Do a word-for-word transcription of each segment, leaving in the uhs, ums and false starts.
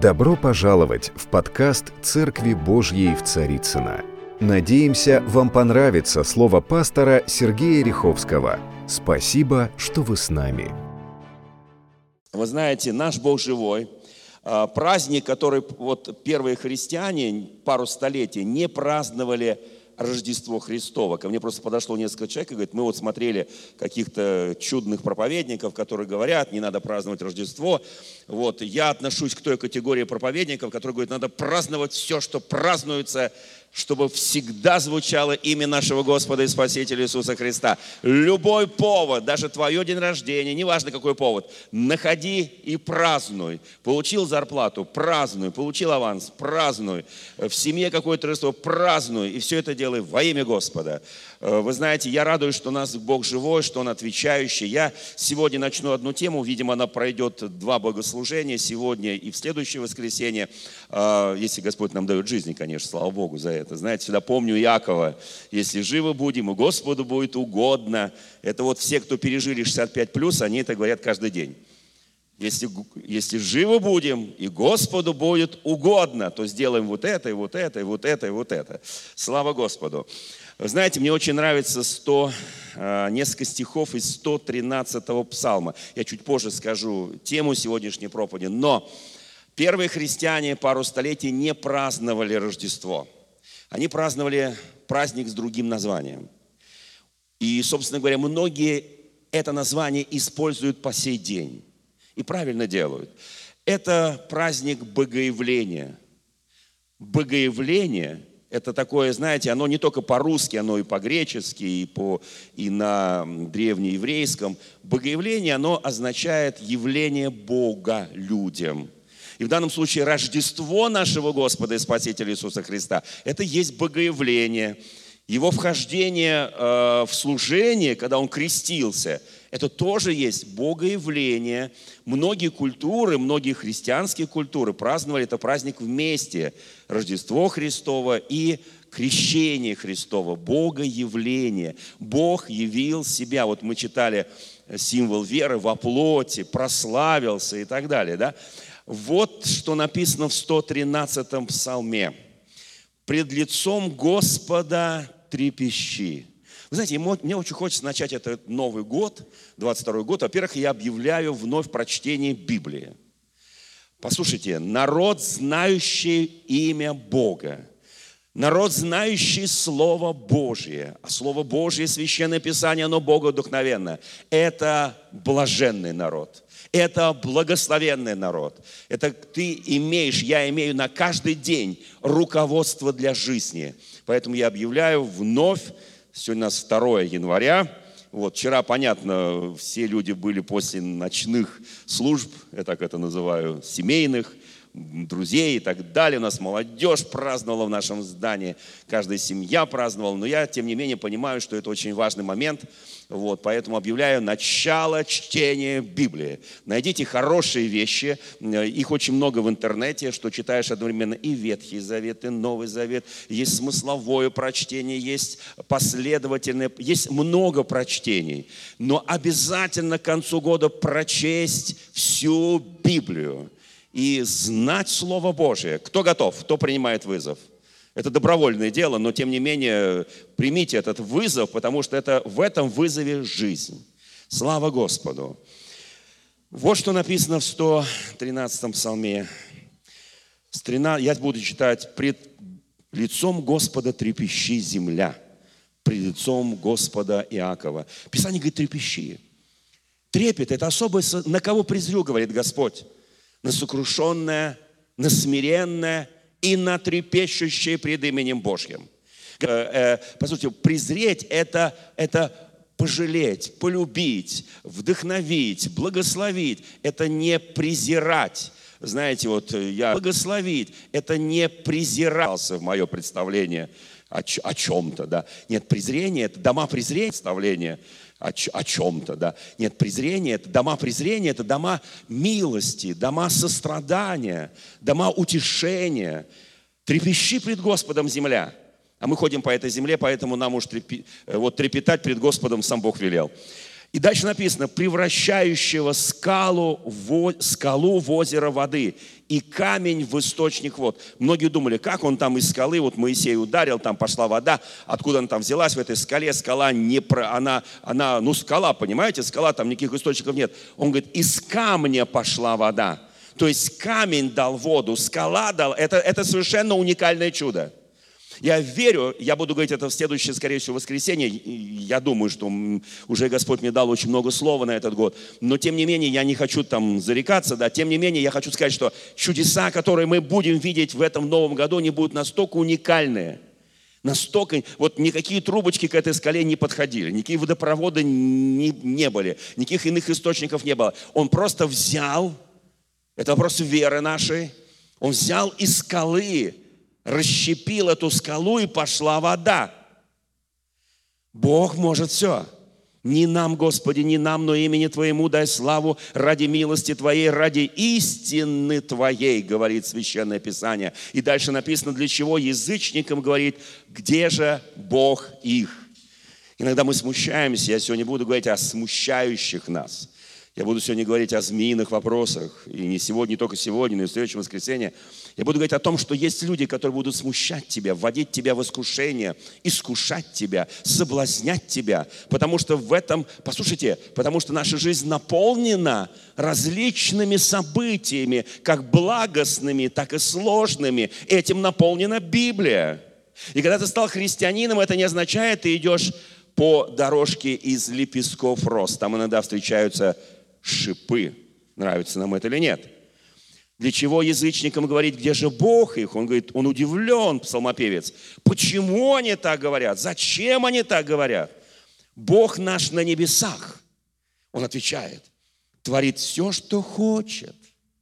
Добро пожаловать в подкаст «Церкви Божьей в Царицыно». Надеемся, вам понравится слово пастора Сергея Риховского. Спасибо, что вы с нами. Вы знаете, наш Бог живой. Праздник, который вот первые христиане пару столетий не праздновали Рождество Христово. Ко мне просто подошло несколько человек и говорит, мы вот смотрели каких-то чудных проповедников, которые говорят, не надо праздновать Рождество. Вот, я отношусь к той категории проповедников, которые говорят, надо праздновать все, что празднуется, чтобы всегда звучало имя нашего Господа и Спасителя Иисуса Христа. Любой повод, даже твое день рождения, неважно какой повод, находи и празднуй. Получил зарплату, празднуй. Получил аванс, празднуй. В семье какое-то Рождество, празднуй. И все это делай во имя Господа. Вы знаете, я радуюсь, что у нас Бог живой, что Он отвечающий. Я сегодня начну одну тему, видимо, она пройдет два богослужения сегодня и в следующее воскресенье, если Господь нам дает жизни, конечно, слава Богу за это. Знаете, всегда помню Иакова, если живы будем, и Господу будет угодно. Это вот все, кто пережили шестьдесят пять плюс, они это говорят каждый день. Если, если живы будем, и Господу будет угодно, то сделаем вот это, и вот это, и вот это, и вот это. Слава Господу. Вы знаете, мне очень нравится сто, несколько стихов из сто тринадцатого псалма. Я чуть позже скажу тему сегодняшней проповеди. Но первые христиане пару столетий не праздновали Рождество. Они праздновали праздник с другим названием. И, собственно говоря, многие это название используют по сей день. И правильно делают. Это праздник Богоявления. Богоявление – это такое, знаете, оно не только по-русски, оно и по-гречески, и, по, и на древнееврейском. Богоявление, оно означает явление Бога людям. И в данном случае Рождество нашего Господа и Спасителя Иисуса Христа – это есть Богоявление. Его вхождение э, в служение, когда Он крестился, это тоже есть Богоявление. Многие культуры, многие христианские культуры праздновали этот праздник вместе. Рождество Христово и крещение Христово, Богоявление. Бог явил себя. Вот мы читали символ веры во плоти, прославился и так далее. Да? Вот что написано в сто тринадцатом псалме. «Пред лицом Господа трепещи». Вы знаете, мне очень хочется начать этот Новый год, двадцать второй год. Во-первых, я объявляю вновь прочтение Библии. Послушайте, народ, знающий имя Бога, народ, знающий Слово Божье, а Слово Божье, Священное Писание, оно богодухновенно. Это блаженный народ. Это благословенный народ. Это ты имеешь, я имею на каждый день руководство для жизни. Поэтому я объявляю вновь, сегодня у нас второе января. Вот, вчера, понятно, все люди были после ночных служб, я так это называю, семейных, друзей и так далее. У нас молодежь праздновала в нашем здании, каждая семья праздновала. Но я, тем не менее, понимаю, что это очень важный момент. Вот, поэтому объявляю начало чтения Библии. Найдите хорошие вещи, их очень много в интернете, что читаешь одновременно и Ветхий Завет, и Новый Завет. Есть смысловое прочтение, есть последовательное, есть много прочтений. Но обязательно к концу года прочесть всю Библию и знать Слово Божие. Кто готов? Кто принимает вызов? Это добровольное дело, но тем не менее примите этот вызов, потому что это, в этом вызове жизнь. Слава Господу! Вот что написано в сто тринадцатом псалме. Я буду читать: «Пред лицом Господа трепещи земля, пред лицом Господа Иакова». Писание говорит «трепещи». Трепет – это особое, на кого презрю, говорит Господь. На сокрушенное, на смиренное и на трепещущее пред именем Божьим. Послушайте, презреть это, – это пожалеть, полюбить, вдохновить, благословить. Это не презирать. Знаете, вот я благословить – это не презирался в мое представление о, о чем-то. Да? Нет, презрение – это дома презрения, представление о, о чем-то. Да? Нет, презрение – это дома презрения, это дома милости, дома сострадания, дома утешения. Трепещи пред Господом земля. А мы ходим по этой земле, поэтому нам уж трепи, вот, трепетать пред Господом сам Бог велел. И дальше написано: превращающего скалу в, скалу в озеро воды и камень в источник вод. Многие думали, как он там из скалы, вот Моисей ударил, там пошла вода, откуда она там взялась в этой скале, скала не про, она, она, ну скала, понимаете, скала, там никаких источников нет. Он говорит, из камня пошла вода. То есть камень дал воду, скала дал, это, это совершенно уникальное чудо. Я верю, я буду говорить это в следующее, скорее всего, воскресенье. Я думаю, что уже Господь мне дал очень много слова на этот год. Но, тем не менее, я не хочу там зарекаться, да. Тем не менее, я хочу сказать, что чудеса, которые мы будем видеть в этом новом году, они будут настолько уникальные. Настолько, вот никакие трубочки к этой скале не подходили, никакие водопроводы не, не были, никаких иных источников не было. Он просто взял, это вопрос веры нашей, он взял из скалы, расщепил эту скалу, и пошла вода. Бог может все. Не нам, Господи, не нам, но имени Твоему дай славу ради милости Твоей, ради истины Твоей, говорит Священное Писание. И дальше написано, для чего язычникам говорит, где же Бог их? Иногда мы смущаемся, я сегодня буду говорить о смущающих нас. Я буду сегодня говорить о змеиных вопросах. И не сегодня, не только сегодня, но и в следующее воскресенье. Я буду говорить о том, что есть люди, которые будут смущать тебя, вводить тебя в искушение, искушать тебя, соблазнять тебя. Потому что в этом, послушайте, потому что наша жизнь наполнена различными событиями, как благостными, так и сложными. Этим наполнена Библия. И когда ты стал христианином, это не означает, что ты идешь по дорожке из лепестков роз. Там иногда встречаются шипы. Нравится нам это или нет? Для чего язычникам говорить, где же Бог их? Он говорит, он удивлен, псалмопевец. Почему они так говорят? Зачем они так говорят? Бог наш на небесах. Он отвечает, творит все, что хочет.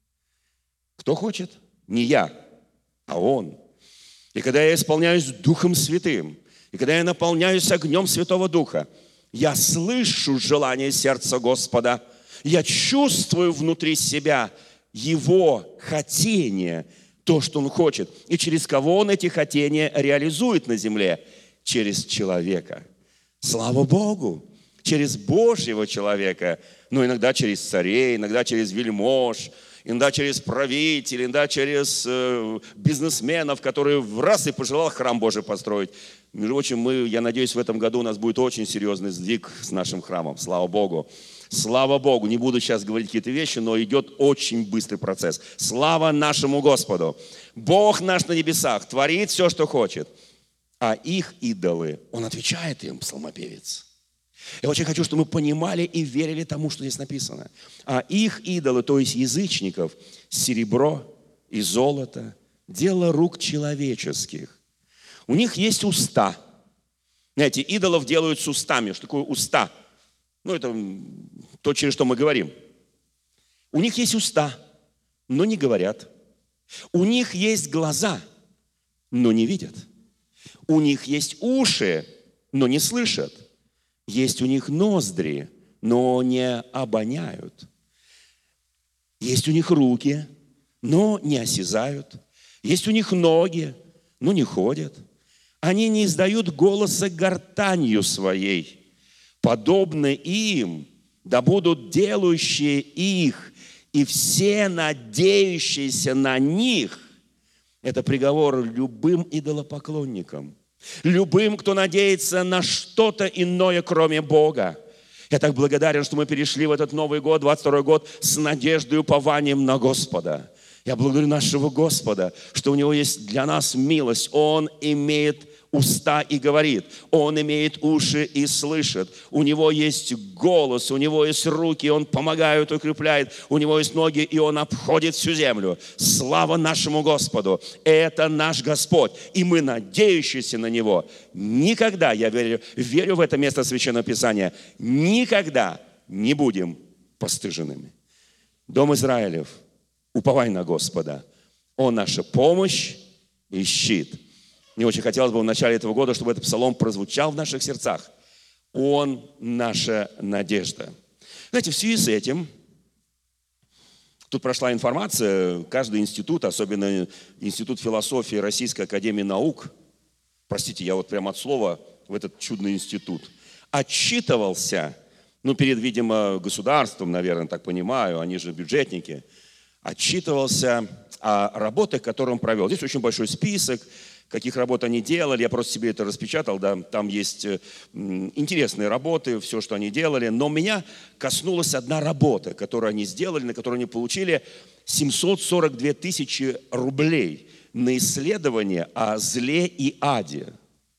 Кто хочет? Не я, а Он. И когда я исполняюсь Духом Святым, и когда я наполняюсь огнем Святого Духа, я слышу желание сердца Господа, я чувствую внутри себя Его хотение, то, что Он хочет. И через кого Он эти хотения реализует на земле? Через человека. Слава Богу! Через Божьего человека. Но иногда через царей, иногда через вельмож, иногда через правителей, иногда через э, бизнесменов, которые в раз и пожелал храм Божий построить. Между прочим, мы, я надеюсь, в этом году у нас будет очень серьезный сдвиг с нашим храмом. Слава Богу. Слава Богу. Не буду сейчас говорить какие-то вещи, но идет очень быстрый процесс. Слава нашему Господу. Бог наш на небесах творит все, что хочет. А их идолы, Он отвечает им, псалмопевец. Я очень хочу, чтобы мы понимали и верили тому, что здесь написано. А их идолы, то есть язычников, серебро и золото, дело рук человеческих. У них есть уста. Знаете, идолов делают с устами. Что такое уста? Ну, это то, через что мы говорим. У них есть уста, но не говорят. У них есть глаза, но не видят. У них есть уши, но не слышат. Есть у них ноздри, но не обоняют. Есть у них руки, но не осязают. Есть у них ноги, но не ходят. Они не издают голоса гортанью своей. Подобно им, да будут делающие их, и все надеющиеся на них. Это приговор любым идолопоклонникам. Любым, кто надеется на что-то иное, кроме Бога. Я так благодарен, что мы перешли в этот Новый год, двадцать второй год, с надеждой и упованием на Господа. Я благодарю нашего Господа, что у Него есть для нас милость. Он имеет уста и говорит. Он имеет уши и слышит. У Него есть голос, у Него есть руки, Он помогает, укрепляет. У Него есть ноги, и Он обходит всю землю. Слава нашему Господу! Это наш Господь, и мы, надеющиеся на Него, никогда, я верю, верю в это место Священного Писания, никогда не будем постыженными. Дом Израилев, уповай на Господа. Он наша помощь и щит. Мне очень хотелось бы в начале этого года, чтобы этот псалом прозвучал в наших сердцах. Он наша надежда. Знаете, в связи с этим, тут прошла информация, каждый институт, особенно Институт философии Российской академии наук, простите, я вот прямо от слова в этот чудный институт, отчитывался ну, перед, видимо, государством, наверное, так понимаю, они же бюджетники, отчитывался о работах, которые он провел. Здесь очень большой список, каких работ они делали. Я просто себе это распечатал, да, там есть интересные работы, все, что они делали. Но меня коснулась одна работа, которую они сделали, на которую они получили семьсот сорок две тысячи рублей на исследование о зле и аде.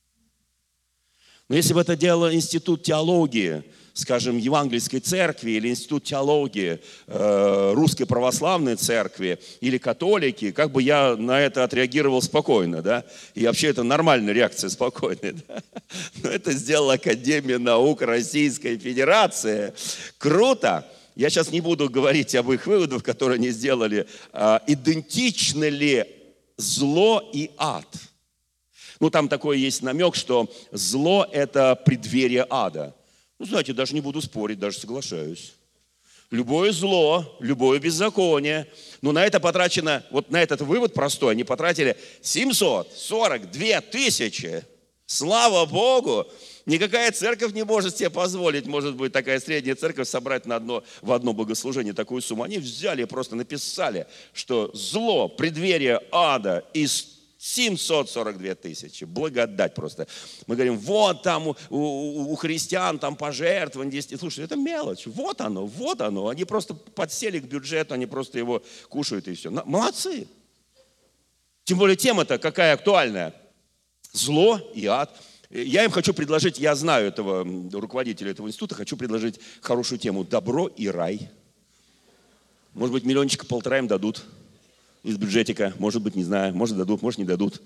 Но если бы это делал Институт теологии, скажем, Евангельской церкви или Институт теологии э, Русской Православной Церкви или католики, как бы я на это отреагировал спокойно, да? И вообще это нормальная реакция, спокойная, да? Но это сделала Академия наук Российской Федерации. Круто! Я сейчас не буду говорить об их выводах, которые они сделали. А, идентичны ли зло и ад? Ну, там такой есть намек, что зло – это преддверие ада. Ну, знаете, даже не буду спорить, даже соглашаюсь. Любое зло, любое беззаконие. Но на это потрачено, вот на этот вывод простой, они потратили семьсот сорок две тысячи. Слава Богу! Никакая церковь не может себе позволить, может быть, такая средняя церковь собрать на одно, в одно богослужение такую сумму. Они взяли и просто написали, что зло, преддверие ада из семьсот сорок две тысячи. Благодать просто. Мы говорим, вот там у, у, у христиан там пожертвования. десять. Слушай, это мелочь. Вот оно, вот оно. Они просто подсели к бюджету, они просто его кушают и все. Молодцы. Тем более тема-то какая актуальная. Зло и ад. Я им хочу предложить, я знаю этого руководителя этого института, хочу предложить хорошую тему. Добро и рай. Может быть, миллиончика полтора им дадут. Из бюджетика, может быть, не знаю, может дадут, может не дадут.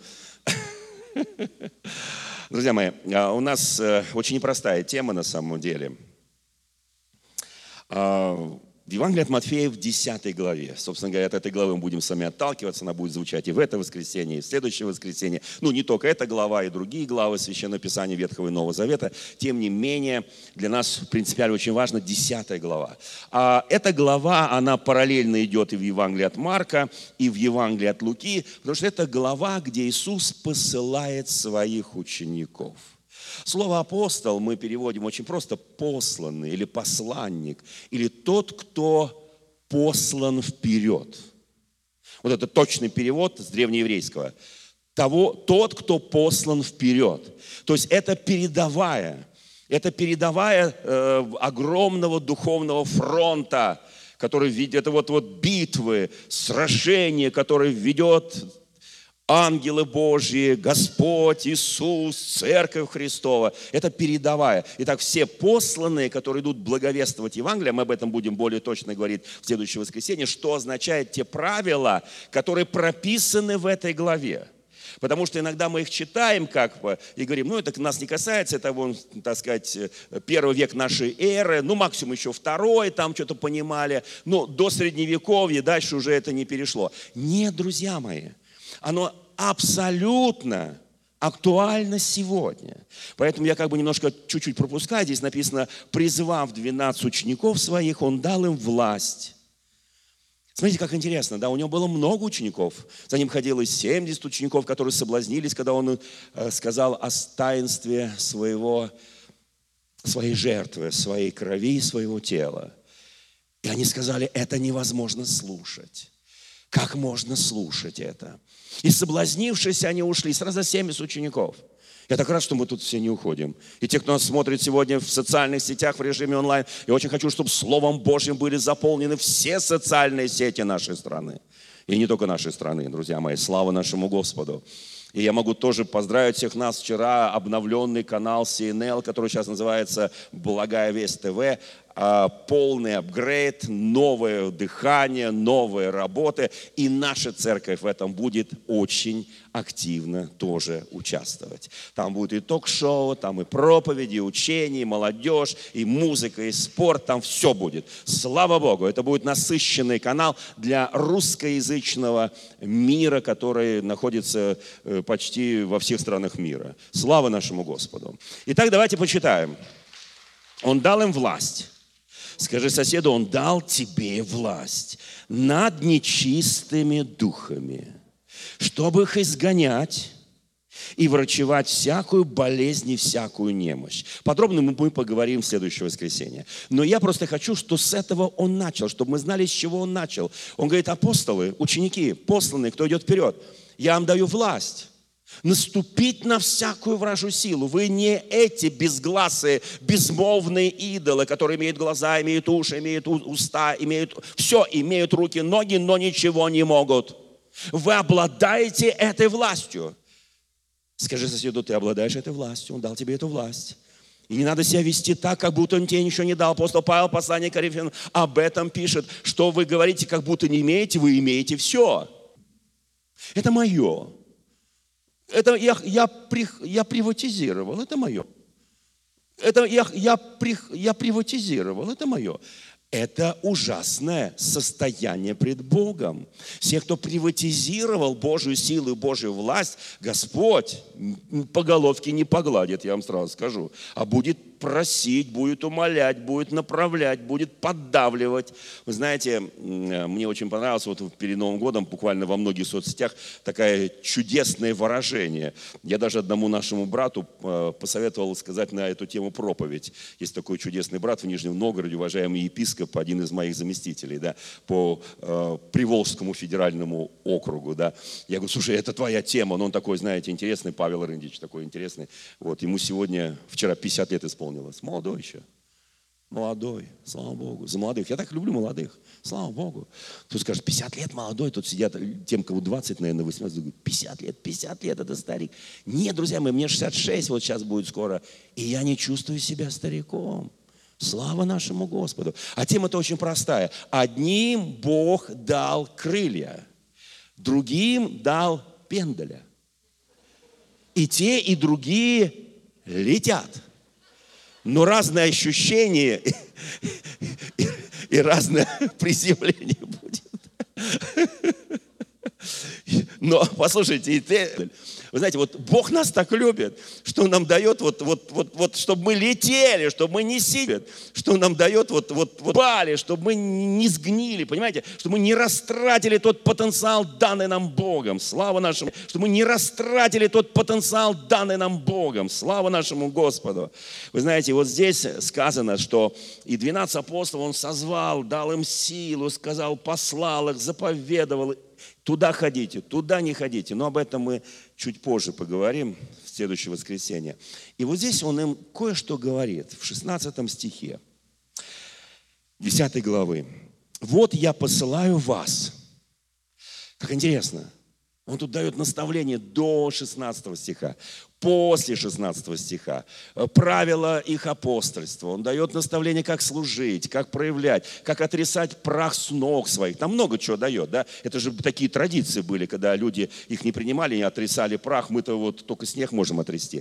Друзья мои, у нас очень непростая тема на самом деле. В Евангелии от Матфея в десятой главе, собственно говоря, от этой главы мы будем с вами отталкиваться, она будет звучать и в это воскресенье, и в следующее воскресенье. Ну, не только эта глава, и другие главы Священного Писания Ветхого и Нового Завета. Тем не менее, для нас принципиально очень важна десятая глава. А эта глава, она параллельно идет и в Евангелии от Марка, и в Евангелии от Луки, потому что это глава, где Иисус посылает своих учеников. Слово «апостол» мы переводим очень просто «посланный» или «посланник», или «тот, кто послан вперед». Вот это точный перевод с древнееврейского. Того, тот, кто послан вперед. То есть это передовая, это передовая э, огромного духовного фронта, который видит, это вот, вот битвы, сражения, которые ведет ангелы Божьи, Господь, Иисус, Церковь Христова. Это передовая. Итак, все посланные, которые идут благовествовать Евангелие, мы об этом будем более точно говорить в следующее воскресенье, что означает те правила, которые прописаны в этой главе. Потому что иногда мы их читаем как бы и говорим, ну это нас не касается, это, вон, так сказать, первый век нашей эры, ну максимум еще второй, там что-то понимали, но до Средневековья дальше уже это не перешло. Нет, друзья мои. Оно абсолютно актуально сегодня. Поэтому я как бы немножко чуть-чуть пропускаю. Здесь написано, призвав двенадцать учеников своих, он дал им власть. Смотрите, как интересно, да, у него было много учеников. За ним ходило семьдесят учеников, которые соблазнились, когда он сказал о таинстве своего, своей жертвы, своей крови и своего тела. И они сказали, это невозможно слушать. Как можно слушать это? И соблазнившись, они ушли. Сразу семьдесят учеников. Я так рад, что мы тут все не уходим. И те, кто нас смотрит сегодня в социальных сетях, в режиме онлайн, я очень хочу, чтобы Словом Божьим были заполнены все социальные сети нашей страны. И не только нашей страны, друзья мои. Слава нашему Господу. И я могу тоже поздравить всех нас. Вчера обновленный канал си эн эл, который сейчас называется «Благая весть ТВ». Полный апгрейд, новое дыхание, новые работы. И наша церковь в этом будет очень активно тоже участвовать. Там будет и ток-шоу, там и проповеди, и учения, и молодежь, и музыка, и спорт. Там все будет. Слава Богу, это будет насыщенный канал для русскоязычного мира, который находится почти во всех странах мира. Слава нашему Господу. Итак, давайте почитаем. Он дал им власть. Скажи соседу, он дал тебе власть над нечистыми духами, чтобы их изгонять и врачевать всякую болезнь и всякую немощь. Подробно мы поговорим в следующее воскресенье. Но я просто хочу, что с этого он начал, чтобы мы знали, с чего он начал. Он говорит: апостолы, ученики, посланные, кто идет вперед, я вам даю власть наступить на всякую вражью силу. Вы не эти безгласые, безмолвные идолы, которые имеют глаза, имеют уши, имеют уста, имеют все, имеют руки, ноги, но ничего не могут. Вы обладаете этой властью. Скажи соседу: ты обладаешь этой властью, он дал тебе эту власть. И не надо себя вести так, как будто он тебе ничего не дал. Апостол Павел, послание к Коринфянам, об этом пишет, что вы говорите, как будто не имеете, вы имеете все. Это мое. Это я, я, я приватизировал, это мое. Это я, я, я приватизировал, это мое. Это ужасное состояние пред Богом. Все, кто приватизировал Божью силу и Божью власть, Господь по головке не погладит, я вам сразу скажу, а будет просить, будет умолять, будет направлять, будет поддавливать. Вы знаете, мне очень понравилось вот перед Новым годом буквально во многих соцсетях такое чудесное выражение. Я даже одному нашему брату посоветовал сказать на эту тему проповедь. Есть такой чудесный брат в Нижнем Новгороде, уважаемый епископ, один из моих заместителей, да, по э, Приволжскому федеральному округу. Да. Я говорю: слушай, это твоя тема. Но он такой, знаете, интересный, Павел Рындич, такой интересный. Вот, ему сегодня, вчера пятьдесят лет исполнилось. Молодой еще. Молодой, слава Богу. За молодых. Я так люблю молодых. Слава Богу. Кто скажет: пятьдесят лет молодой, тут сидят тем, кому двадцать, наверное, восемнадцать, говорят: пятьдесят лет, пятьдесят лет, это старик. Нет, друзья мои, мне шестьдесят шесть вот сейчас будет скоро, и я не чувствую себя стариком. Слава нашему Господу. А тема-то очень простая. Одним Бог дал крылья, другим дал пендаля. И те, и другие летят. Но разные ощущения и, и разное приземление будет. Но, послушайте, и ты, вы знаете, вот Бог нас так любит, что Он нам дает, вот, вот, вот, вот, чтобы мы летели, чтобы мы не сидели, что Он нам дает, вот, вот, вот, пали, чтобы мы не сгнили, понимаете, чтобы мы не растратили тот потенциал, данный нам Богом, слава нашему, чтобы мы не растратили тот потенциал, данный нам Богом, слава нашему Господу. Вы знаете, вот здесь сказано, что и двенадцать апостолов Он созвал, дал им силу, сказал, послал их, заповедовал. Туда ходите, туда не ходите. Но об этом мы чуть позже поговорим в следующее воскресенье. И вот здесь он им кое-что говорит в шестнадцатом стихе десятой главы. «Вот я посылаю вас». Как интересно. Он тут дает наставление до шестнадцатого стиха, после шестнадцатого стиха, правила их апостольства. Он дает наставление, как служить, как проявлять, как отрисать прах с ног своих. Там много чего дает, да? Это же такие традиции были, когда люди их не принимали, не отрисали прах. Мы-то вот только снег можем отрясти.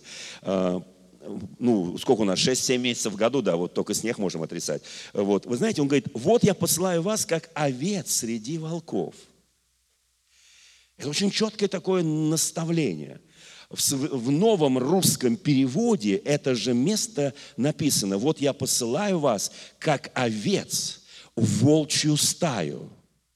Ну, сколько у нас? шесть-семь месяцев в году, да, вот только снег можем отрисать. Вот. Вы знаете, он говорит: вот я посылаю вас, как овец среди волков. Это очень четкое такое наставление. В новом русском переводе это же место написано: вот я посылаю вас, как овец в волчью стаю.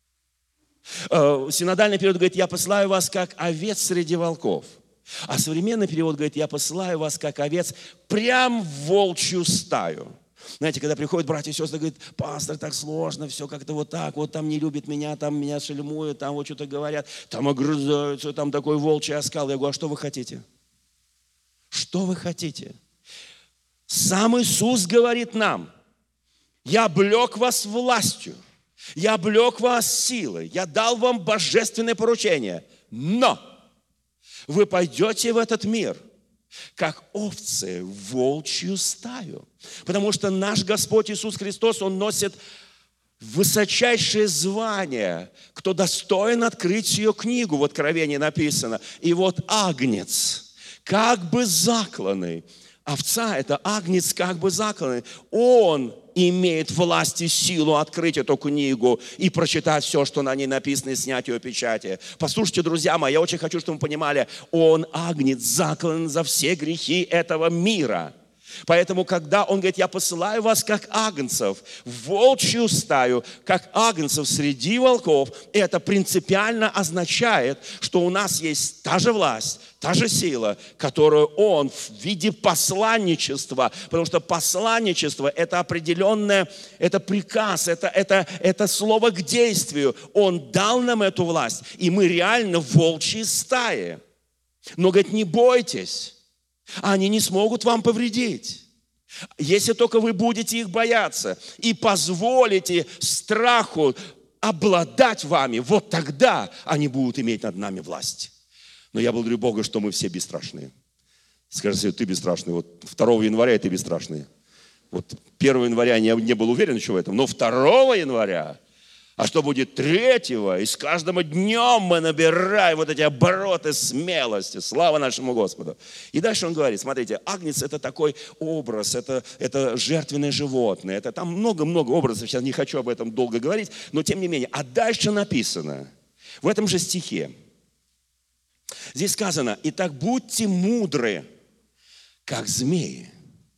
Синодальный перевод говорит: я посылаю вас, как овец среди волков. А современный перевод говорит: я посылаю вас, как овец, прям в волчью стаю. Знаете, когда приходят братья и сестры, говорят: пастор, так сложно, все как-то вот так, вот там не любят меня, там меня шельмуют, там вот что-то говорят, там огрызаются, там такой волчий оскал. Я говорю: а что вы хотите? Что вы хотите? Сам Иисус говорит нам: я облек вас властью, я облек вас силой, я дал вам божественное поручение, но вы пойдете в этот мир как овцы в волчью стаю. Потому что наш Господь Иисус Христос, Он носит высочайшее звание, кто достоин открыть ее книгу, в Откровении написано. И вот агнец, как бы закланный, овца – это агнец, как бы закланный, он имеет власть и силу открыть эту книгу и прочитать все, что на ней написано, и снять ее печати. Послушайте, друзья мои, я очень хочу, чтобы вы понимали, он агнец, заклан за все грехи этого мира. Поэтому, когда он говорит, я посылаю вас как агнцев в волчью стаю, как агнцев среди волков, это принципиально означает, что у нас есть та же власть, та же сила, которую он в виде посланничества, потому что посланничество – это определенное, это приказ, это, это, это слово к действию. Он дал нам эту власть, и мы реально в волчьей стае. Но, говорит, не бойтесь. Они не смогут вам повредить, если только вы будете их бояться и позволите страху обладать вами, вот тогда они будут иметь над нами власть. Но я благодарю Бога, что мы все бесстрашные. Скажи себе, ты бесстрашный. Вот второго января ты бесстрашный. Вот первого января я не был уверен еще в этом, но второго января, а что будет третьего, и с каждым днем мы набираем вот эти обороты смелости. Слава нашему Господу. И дальше он говорит, смотрите, агнец – это такой образ, это, это жертвенное животное, это там много-много образов, сейчас не хочу об этом долго говорить, но тем не менее. А дальше написано, в этом же стихе, здесь сказано, «Итак, будьте мудры, как змеи».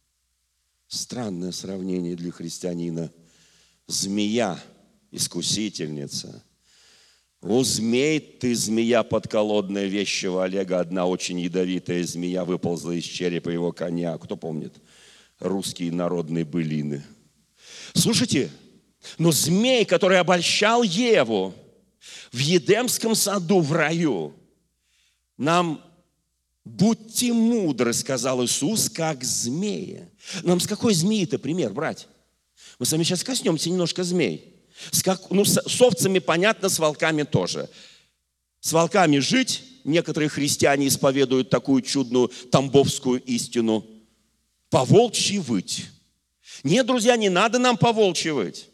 Странное сравнение для христианина. Змея – искусительница. У змей ты, змея подколодная, вещего Олега, одна очень ядовитая змея выползла из черепа его коня. Кто помнит? Русские народные былины. Слушайте, но змей, который обольщал Еву в Едемском саду в раю, нам будьте мудры, сказал Иисус, как змеи. Нам с какой змеи-то пример брать? Мы с вами сейчас коснемся немножко змей. С, как, ну, с, с овцами понятно, с волками тоже. С волками жить, некоторые христиане исповедуют такую чудную тамбовскую истину. По-волчьи выть. Нет, друзья, не надо нам по-волчьи выть.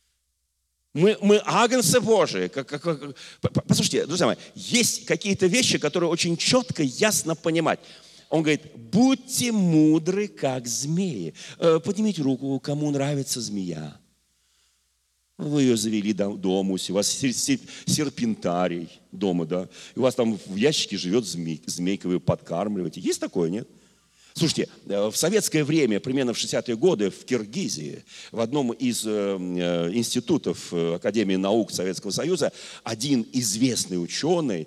Мы, мы агнцы Божии. Как, как, как, послушайте, друзья мои, есть какие-то вещи, которые очень четко, ясно понимать. Он говорит, будьте мудры, как змеи. Поднимите руку, кому нравится змея. Вы ее завели дома, у вас серпентарий дома, да, и у вас там в ящике живет змей, змейка, вы ее подкармливаете. Есть такое, нет? Слушайте, в советское время, примерно в шестидесятые годы, в Киргизии, в одном из институтов Академии наук Советского Союза, один известный ученый,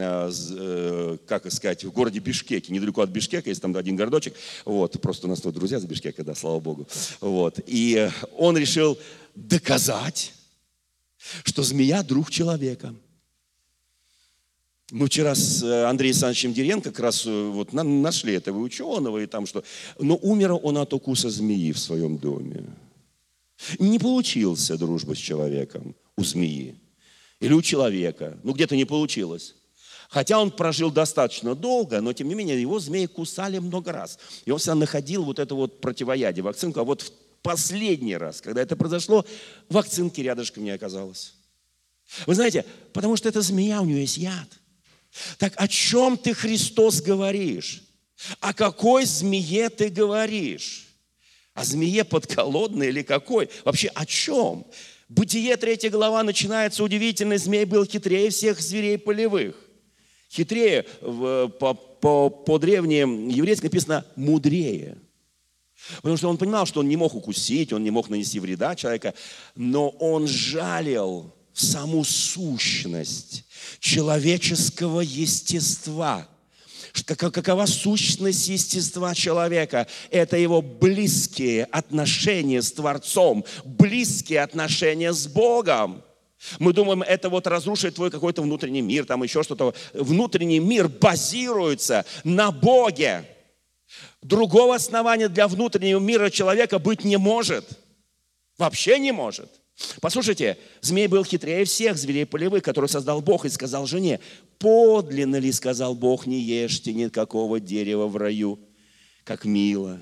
как сказать, в городе Бишкеке, недалеко от Бишкека, есть там один городочек, вот, просто у нас тут друзья с Бишкека, да, слава Богу, вот, и он решил доказать, что змея – друг человека. Мы вчера с Андреем Александровичем Деренко как раз вот нашли этого ученого, и там что. Но умер он от укуса змеи в своем доме. Не получился дружба с человеком у змеи. Или у человека. Ну, где-то не получилось. Хотя он прожил достаточно долго, но тем не менее его змеи кусали много раз. И он всегда находил вот это вот противоядие, вакцинку. А вот в последний раз, когда это произошло, вакцинки рядышком не оказалось. Вы знаете, потому что эта змея, у нее есть яд. Так о чем ты, Христос, говоришь? О какой змее ты говоришь? О змее подколодной или какой? Вообще о чем? Бытие третья глава начинается удивительно. Змей был хитрее всех зверей полевых. Хитрее, по, по, по древним еврейским написано мудрее. Потому что он понимал, что он не мог укусить, он не мог нанести вреда человека, но он жалил в саму сущность человеческого естества. Какова сущность естества человека? Это его близкие отношения с Творцом, близкие отношения с Богом. Мы думаем, это вот разрушит твой какой-то внутренний мир, там еще что-то. Внутренний мир базируется на Боге. Другого основания для внутреннего мира человека быть не может. Вообще не может. Послушайте, змей был хитрее всех зверей полевых, которые создал Бог, и сказал жене, подлинно ли, сказал Бог, не ешьте никакого дерева в раю, как мило.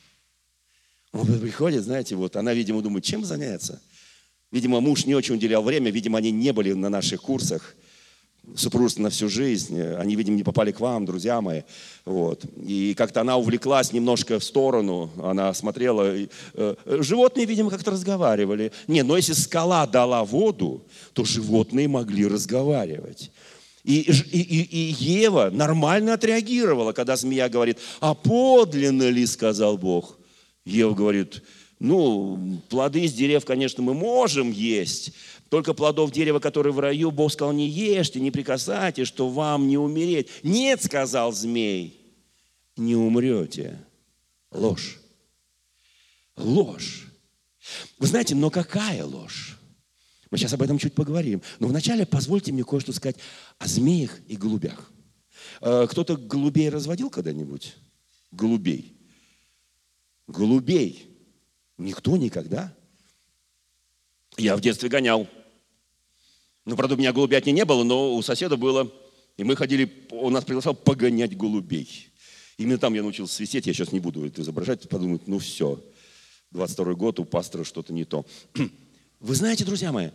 Он приходит, знаете, вот она, видимо, думает, чем заняться? Видимо, муж не очень уделял время, видимо, они не были на наших курсах. Супружество на всю жизнь, они, видимо, не попали к вам, друзья мои. Вот. И как-то она увлеклась немножко в сторону, она смотрела. И, э, животные, видимо, как-то разговаривали. Не, но если скала дала воду, то животные могли разговаривать. И, и, и Ева нормально отреагировала, когда змея говорит, а подлинно ли, сказал Бог, Ева говорит, ну, плоды из дерев, конечно, мы можем есть, только плодов дерева, которые в раю, Бог сказал, не ешьте, не прикасайтесь, что вам не умереть. Нет, сказал змей, не умрете. Ложь. Ложь. Вы знаете, но какая ложь? Мы сейчас об этом чуть поговорим. Но вначале позвольте мне кое-что сказать о змеях и голубях. Кто-то голубей разводил когда-нибудь? Голубей. Голубей. Никто никогда. Я в детстве гонял. Ну, правда, у меня голубятни не было, но у соседа было. И мы ходили, он нас приглашал погонять голубей. Именно там я научился свистеть, я сейчас не буду это изображать, подумать, ну все, двадцать второй год, у пастора что-то не то. Вы знаете, друзья мои,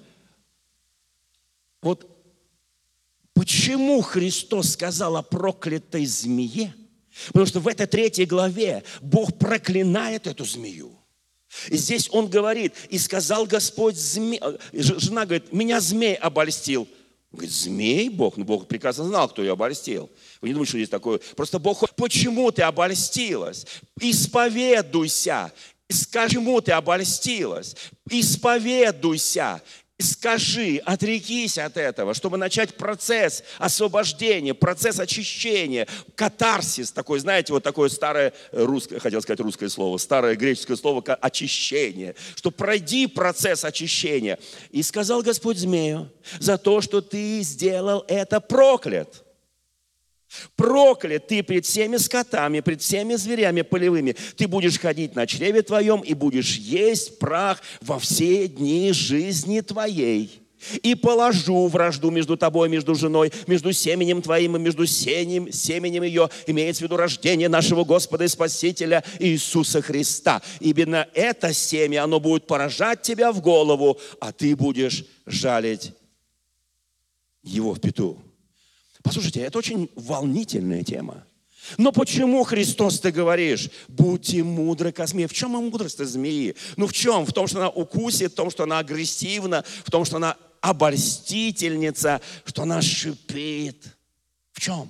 вот почему Христос сказал о проклятой змее? Потому что в этой третьей главе Бог проклинает эту змею. И здесь Он говорит, и сказал Господь зме... Жена говорит, меня змей обольстил. Он говорит, змей Бог? Ну, Бог прекрасно знал, кто ее обольстил. Вы не думаете, что здесь такое? Просто Бог, почему ты обольстилась? Исповедуйся. Скажи, почему ты обольстилась? Исповедуйся. Скажи, отрекись от этого, чтобы начать процесс освобождения, процесс очищения, катарсис такой, знаете, вот такое старое русское, хотел сказать русское слово, старое греческое слово очищение, что пройди процесс очищения. И сказал Господь змею, за то, что ты сделал это, проклят. Проклят ты пред всеми скотами, пред всеми зверями полевыми. Ты будешь ходить на чреве твоем и будешь есть прах во все дни жизни твоей. И положу вражду между тобой, между женой, между семенем твоим и между семенем, семенем ее, имеется в виду рождение нашего Господа и Спасителя Иисуса Христа. Именно это семя, оно будет поражать тебя в голову, а ты будешь жалить его в пяту. Послушайте, это очень волнительная тема. Но почему, Христос, ты говоришь, будьте мудры, как змеи? В чем мудрость змеи? Ну в чем? В том, что она укусит, в том, что она агрессивна, в том, что она обольстительница, что она шипит. В чем?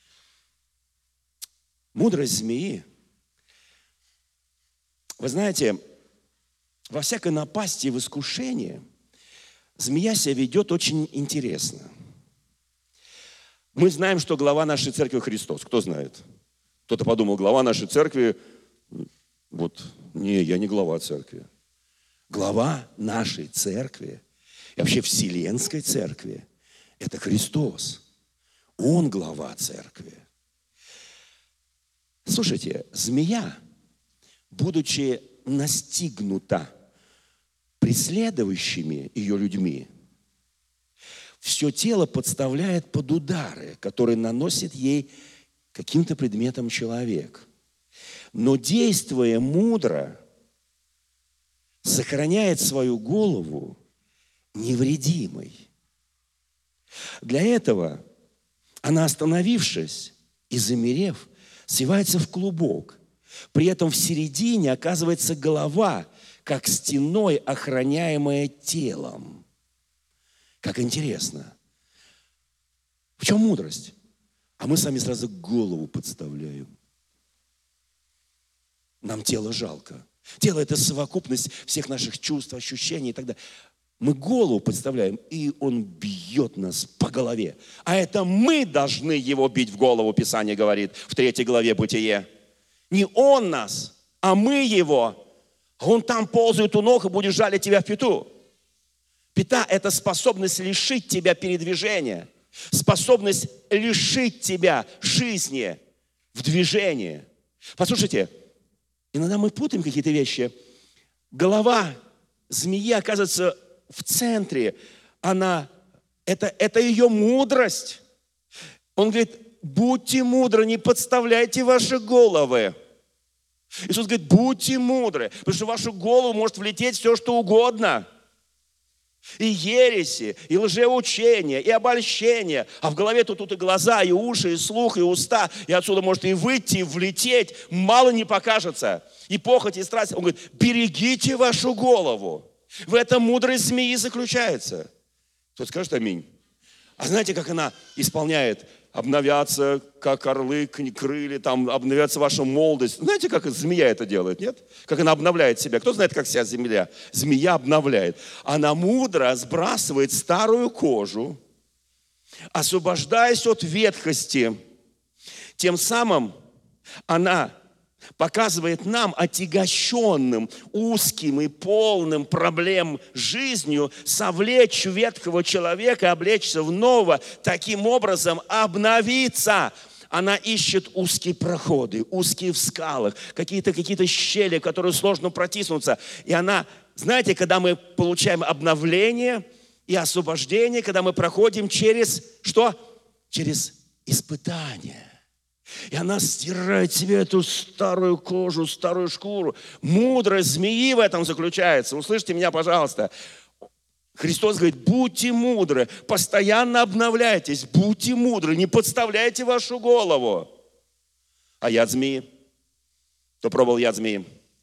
Мудрость змеи. Вы знаете, во всякой напасти и в искушении змея себя ведет очень интересно. Мы знаем, что глава нашей церкви Христос. Кто знает? Кто-то подумал, глава нашей церкви, вот, не, я не глава церкви. Глава нашей церкви, и вообще вселенской церкви, это Христос. Он глава церкви. Слушайте, змея, будучи настигнута преследующими ее людьми, все тело подставляет под удары, которые наносит ей каким-то предметом человек. Но действуя мудро, сохраняет свою голову невредимой. Для этого она, остановившись и замерев, свивается в клубок. При этом в середине оказывается голова, как стеной охраняемая телом. Как интересно. В чем мудрость? А мы сами сразу голову подставляем. Нам тело жалко. Тело – это совокупность всех наших чувств, ощущений и так далее. Мы голову подставляем, и он бьет нас по голове. А это мы должны его бить в голову, Писание говорит в третьей главе Бытие. Не он нас, а мы его. А он там ползает у ног и будет жалить тебя в пяту. Пята – это способность лишить тебя передвижения, способность лишить тебя жизни в движении. Послушайте, иногда мы путаем какие-то вещи. Голова змеи оказывается в центре. Она, это, это ее мудрость. Он говорит, будьте мудры, не подставляйте ваши головы. Иисус говорит, будьте мудры, потому что в вашу голову может влететь все, что угодно. И ереси, и лжеучения, и обольщения. А в голове тут, тут и глаза, и уши, и слух, и уста. И отсюда может и выйти, и влететь. Мало не покажется. И похоть, и страсть. Он говорит, берегите вашу голову. В этом мудрость змеи заключается. Кто-то скажет аминь. А знаете, как она исполняет? Обновятся, как орлы, крылья, там, обновятся ваша молодость. Знаете, как змея это делает, нет? Как она обновляет себя. Кто знает, как себя змея? Змея обновляет. Она мудро сбрасывает старую кожу, освобождаясь от ветхости. Тем самым она показывает нам, отягощенным, узким и полным проблем жизнью, совлечь ветхого человека, облечься в нового, таким образом обновиться. Она ищет узкие проходы, узкие в скалах, какие-то какие-то щели, которые сложно протиснуться. И она, знаете, когда мы получаем обновление и освобождение, когда мы проходим через что? Через испытания. И она стирает себе эту старую кожу, старую шкуру. Мудрость змеи в этом заключается. Услышьте меня, пожалуйста. Христос говорит, будьте мудры, постоянно обновляйтесь, будьте мудры, не подставляйте вашу голову. А яд змеи? Кто пробовал яд змеи?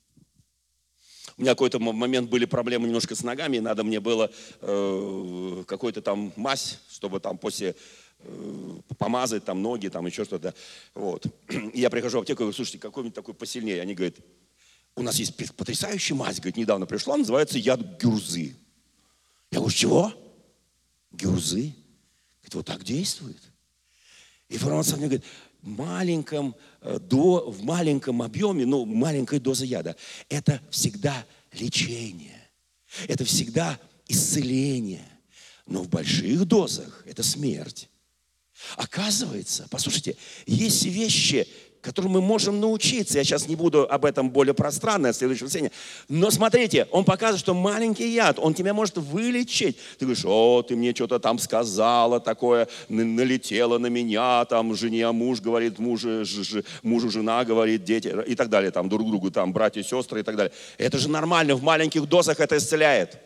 У меня какой-то момент были проблемы немножко с ногами, и надо мне было э, какой-то там мазь, чтобы там после... помазать там ноги, там еще что-то. Вот. И я прихожу в аптеку и говорю, слушайте, какой-нибудь такой посильнее. Они говорят, у нас есть потрясающая мазь, говорит, недавно пришла, называется яд гюрзы. Я говорю, чего? Гюрзы? Говорит, вот так действует. И фармацевт мне говорит, в маленьком, до, в маленьком объеме, ну, маленькая доза яда, это всегда лечение. Это всегда исцеление. Но в больших дозах это смерть. Оказывается, послушайте, есть вещи, которым мы можем научиться. Я сейчас не буду об этом более пространно, в следующем воскресенье. Но смотрите, он показывает, что маленький яд, он тебя может вылечить. Ты говоришь, о, ты мне что-то там сказала такое, налетела на меня, там, жене, муж говорит, мужу, мужу жена говорит, дети и так далее, там, друг другу, там, братья, сестры и так далее. Это же нормально, в маленьких дозах это исцеляет.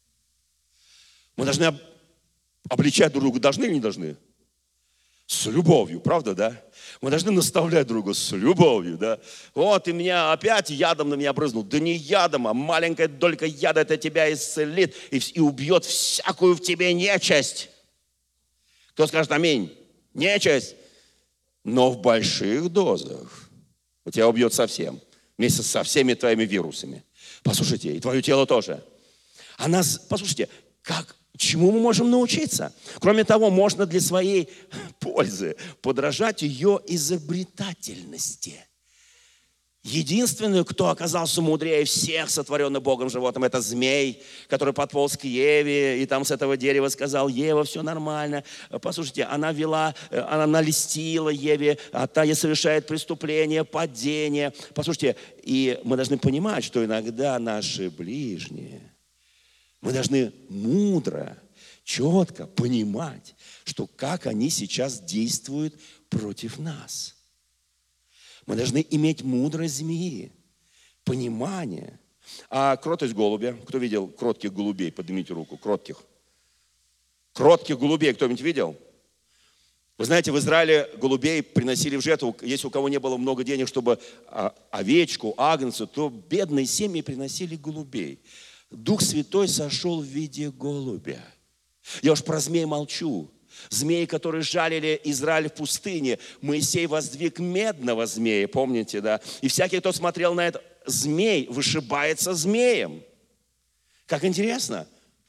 Мы должны обличать друг друга, должны или не должны? С любовью, правда, да? Мы должны наставлять друга с любовью, да? Вот, и меня опять ядом на меня брызнул. Да не ядом, а маленькая долька яда, это тебя исцелит и, и убьет всякую в тебе нечисть. Кто скажет аминь? Нечисть. Но в больших дозах у тебя убьет совсем. Вместе со всеми твоими вирусами. Послушайте, и твое тело тоже. Она, послушайте, как... Чему мы можем научиться? Кроме того, можно для своей пользы подражать ее изобретательности. Единственный, кто оказался мудрее всех сотворенных Богом животным, это змей, который подполз к Еве и там с этого дерева сказал, Ева, все нормально. Послушайте, она вела, она налестила Еве, а та и совершает преступление, падение. Послушайте, и мы должны понимать, что иногда наши ближние... Мы должны мудро, четко понимать, что как они сейчас действуют против нас. Мы должны иметь мудрость змеи, понимание. А кротость голубя, кто видел кротких голубей? Поднимите руку, кротких. Кротких голубей кто-нибудь видел? Вы знаете, в Израиле голубей приносили в жертву. Если у кого не было много денег, чтобы овечку, агнцу, то бедные семьи приносили голубей. Дух Святой сошел в виде голубя. Я уж про змей молчу. Змеи, которые жалили Израиль в пустыне. Моисей воздвиг медного змея, помните, да? И всякий, кто смотрел на это, змей вышибается змеем. Как интересно.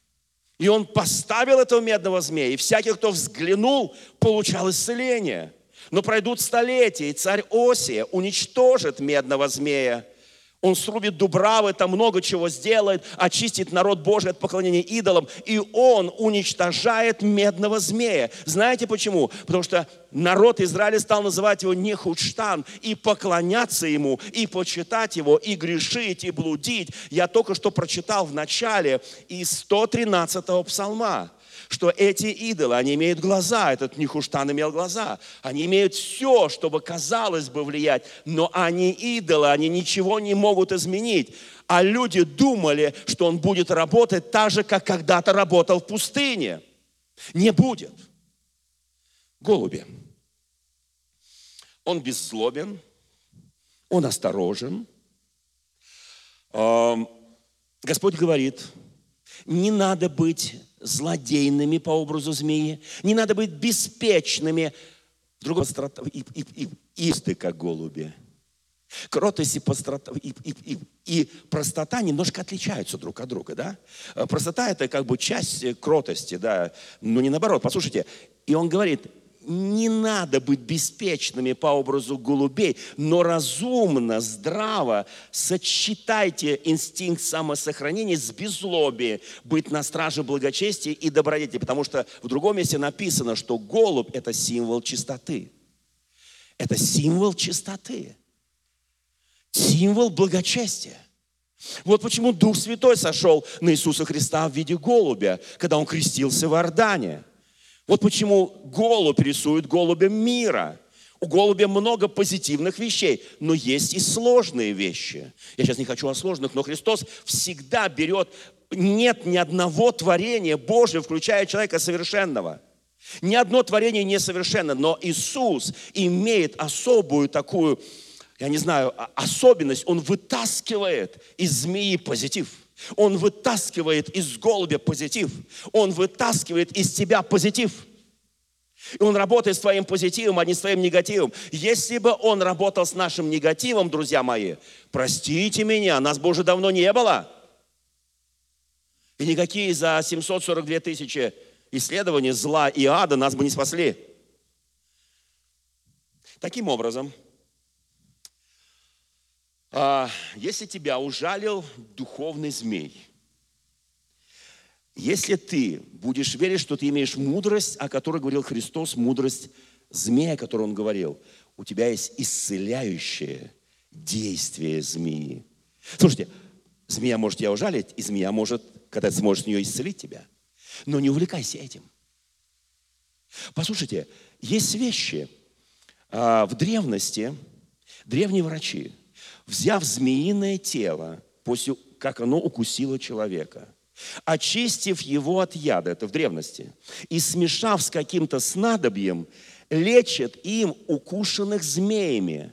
И он поставил этого медного змея, и всякий, кто взглянул, получал исцеление. Но пройдут столетия, и царь Осия уничтожит медного змея. Он срубит дубравы, там много чего сделает, очистит народ Божий от поклонения идолам. И он уничтожает медного змея. Знаете почему? Потому что народ Израиля стал называть его Нехуштан, и поклоняться ему, и почитать его, и грешить, и блудить. Я только что прочитал в начале из сто тринадцатого псалма, что эти идолы, они имеют глаза, этот Нехуштан имел глаза, они имеют все, чтобы, казалось бы, влиять, но они идолы, они ничего не могут изменить. А люди думали, что он будет работать так же, как когда-то работал в пустыне. Не будет. Голуби. Он беззлобен, он осторожен. Господь говорит, Не надо быть злодейными по образу змеи. Не надо быть беспечными. Другого страта и, и, и, и, и как голуби. Кротость и, построта, и, и, и, и простота немножко отличаются друг от друга, да? Простота – это как бы часть кротости, да, но не наоборот. Послушайте, и он говорит, не надо быть беспечными по образу голубей, но разумно, здраво сочетайте инстинкт самосохранения с беззлобием, быть на страже благочестия и добродетели, потому что в другом месте написано, что голубь – это символ чистоты. Это символ чистоты. Символ благочестия. Вот почему Дух Святой сошел на Иисуса Христа в виде голубя, когда Он крестился в Иордане. Вот почему голубь рисует голубем мира. У голубя много позитивных вещей, но есть и сложные вещи. Я сейчас не хочу о сложных, но Христос всегда берет... Нет ни одного творения Божьего, включая человека совершенного. Ни одно творение несовершенно, но Иисус имеет особую такую... я не знаю, особенность, Он вытаскивает из змеи позитив. Он вытаскивает из голубя позитив. Он вытаскивает из тебя позитив. И Он работает с твоим позитивом, а не с твоим негативом. Если бы Он работал с нашим негативом, друзья мои, простите меня, нас бы уже давно не было. И никакие за семьсот сорок две тысячи исследований зла и ада нас бы не спасли. Таким образом, если тебя ужалил духовный змей, если ты будешь верить, что ты имеешь мудрость, о которой говорил Христос, мудрость змея, о которой Он говорил, у тебя есть исцеляющее действие змеи. Слушайте, змея может тебя ужалить, и змея может, когда ты сможешь с нее исцелить тебя. Но не увлекайся этим. Послушайте, есть вещи в древности, древние врачи, взяв змеиное тело, после как оно укусило человека, очистив его от яда, это в древности, и смешав с каким-то снадобьем, лечат им укушенных змеями.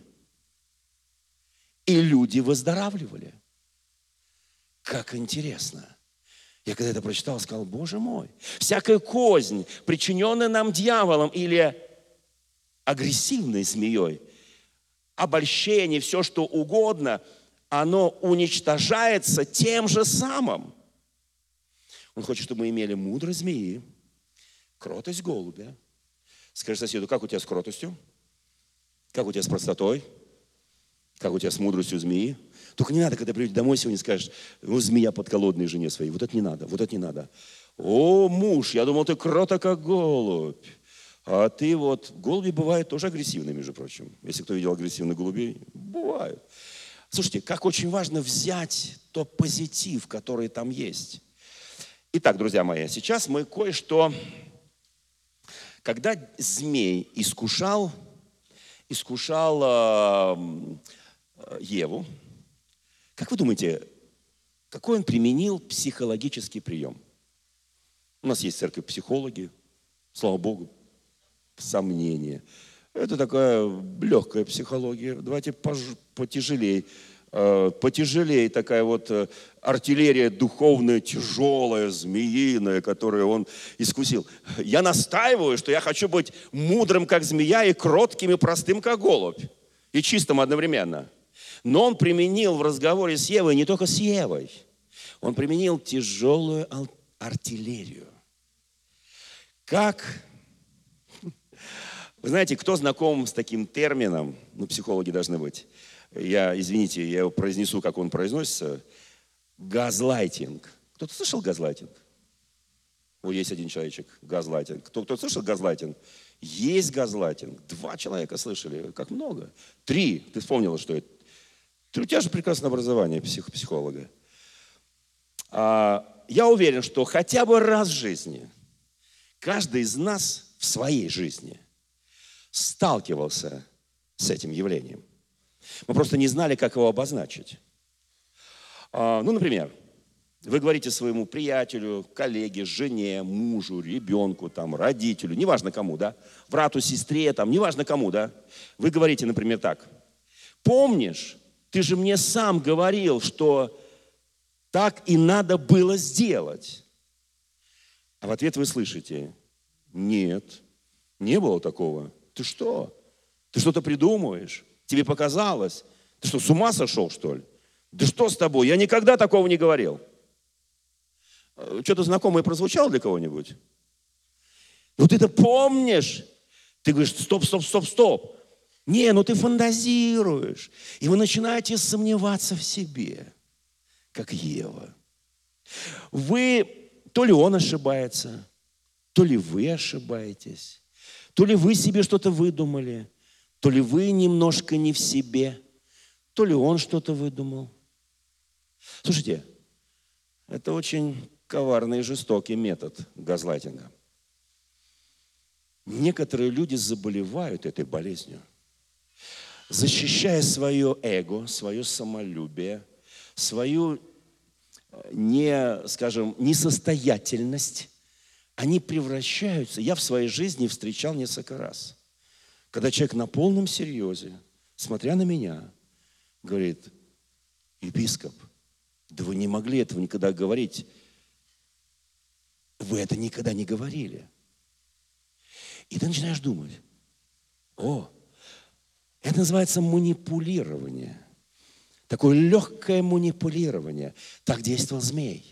И люди выздоравливали. Как интересно. Я когда это прочитал, сказал, Боже мой, всякая кознь, причиненная нам дьяволом или агрессивной змеей, обольщение, все что угодно, оно уничтожается тем же самым. Он хочет, чтобы мы имели мудрость змеи, кротость голубя. Скажи соседу, как у тебя с кротостью? Как у тебя с простотой? Как у тебя с мудростью змеи? Только не надо, когда придете домой сегодня, скажешь, ну, змея подколодной жене своей. Вот это не надо, вот это не надо. О, муж, я думал, ты крота, как голубь. А ты вот, голуби бывают тоже агрессивны, между прочим. Если кто видел агрессивных голубей, бывают. Слушайте, как очень важно взять тот позитив, который там есть. Итак, друзья мои, сейчас мы кое-что... Когда змей искушал, искушал э, Еву, как вы думаете, какой он применил психологический прием? У нас есть в церкви психологи, слава Богу. Сомнения. Это такая легкая психология. Давайте потяжелее. Потяжелее такая вот артиллерия духовная, тяжелая, змеиная, которую он искусил. Я настаиваю, что я хочу быть мудрым, как змея, и кротким, и простым, как голубь. И чистым одновременно. Но он применил в разговоре с Евой, не только с Евой, он применил тяжелую артиллерию. Как... Вы знаете, кто знаком с таким термином, ну, психологи должны быть, я, извините, я его произнесу, как он произносится, газлайтинг. Кто-то слышал газлайтинг? О, есть один человечек, газлайтинг. Кто, кто слышал газлайтинг? Есть газлайтинг. Два человека слышали, как много. Три, ты вспомнила, что это? У тебя же прекрасное образование псих, психолога. А, я уверен, что хотя бы раз в жизни каждый из нас в своей жизни сталкивался с этим явлением. Мы просто не знали, как его обозначить. А, ну, например, вы говорите своему приятелю, коллеге, жене, мужу, ребенку, там, родителю, неважно кому, да, брату, сестре, там, неважно кому, да. Вы говорите, например, так. Помнишь, ты же мне сам говорил, что так и надо было сделать. А в ответ вы слышите: нет, не было такого. Ты что? Ты что-то придумываешь? Тебе показалось? Ты что, с ума сошел, что ли? Да что с тобой? Я никогда такого не говорил. Что-то знакомое прозвучало для кого-нибудь? Ну ты это помнишь? Ты говоришь: стоп, стоп, стоп, стоп. Не, ну ты фантазируешь. И вы начинаете сомневаться в себе, как Ева. Вы, то ли он ошибается, то ли вы ошибаетесь, то ли вы себе что-то выдумали, то ли вы немножко не в себе, то ли он что-то выдумал. Слушайте, это очень коварный и жестокий метод газлайтинга. Некоторые люди заболевают этой болезнью, защищая свое эго, свое самолюбие, свою, не, скажем, несостоятельность. Они превращаются, я в своей жизни встречал несколько раз, когда человек на полном серьезе, смотря на меня, говорит: епископ, да вы не могли этого никогда говорить. Вы это никогда не говорили. И ты начинаешь думать: о, это называется манипулирование. Такое легкое манипулирование. Так действовал змей.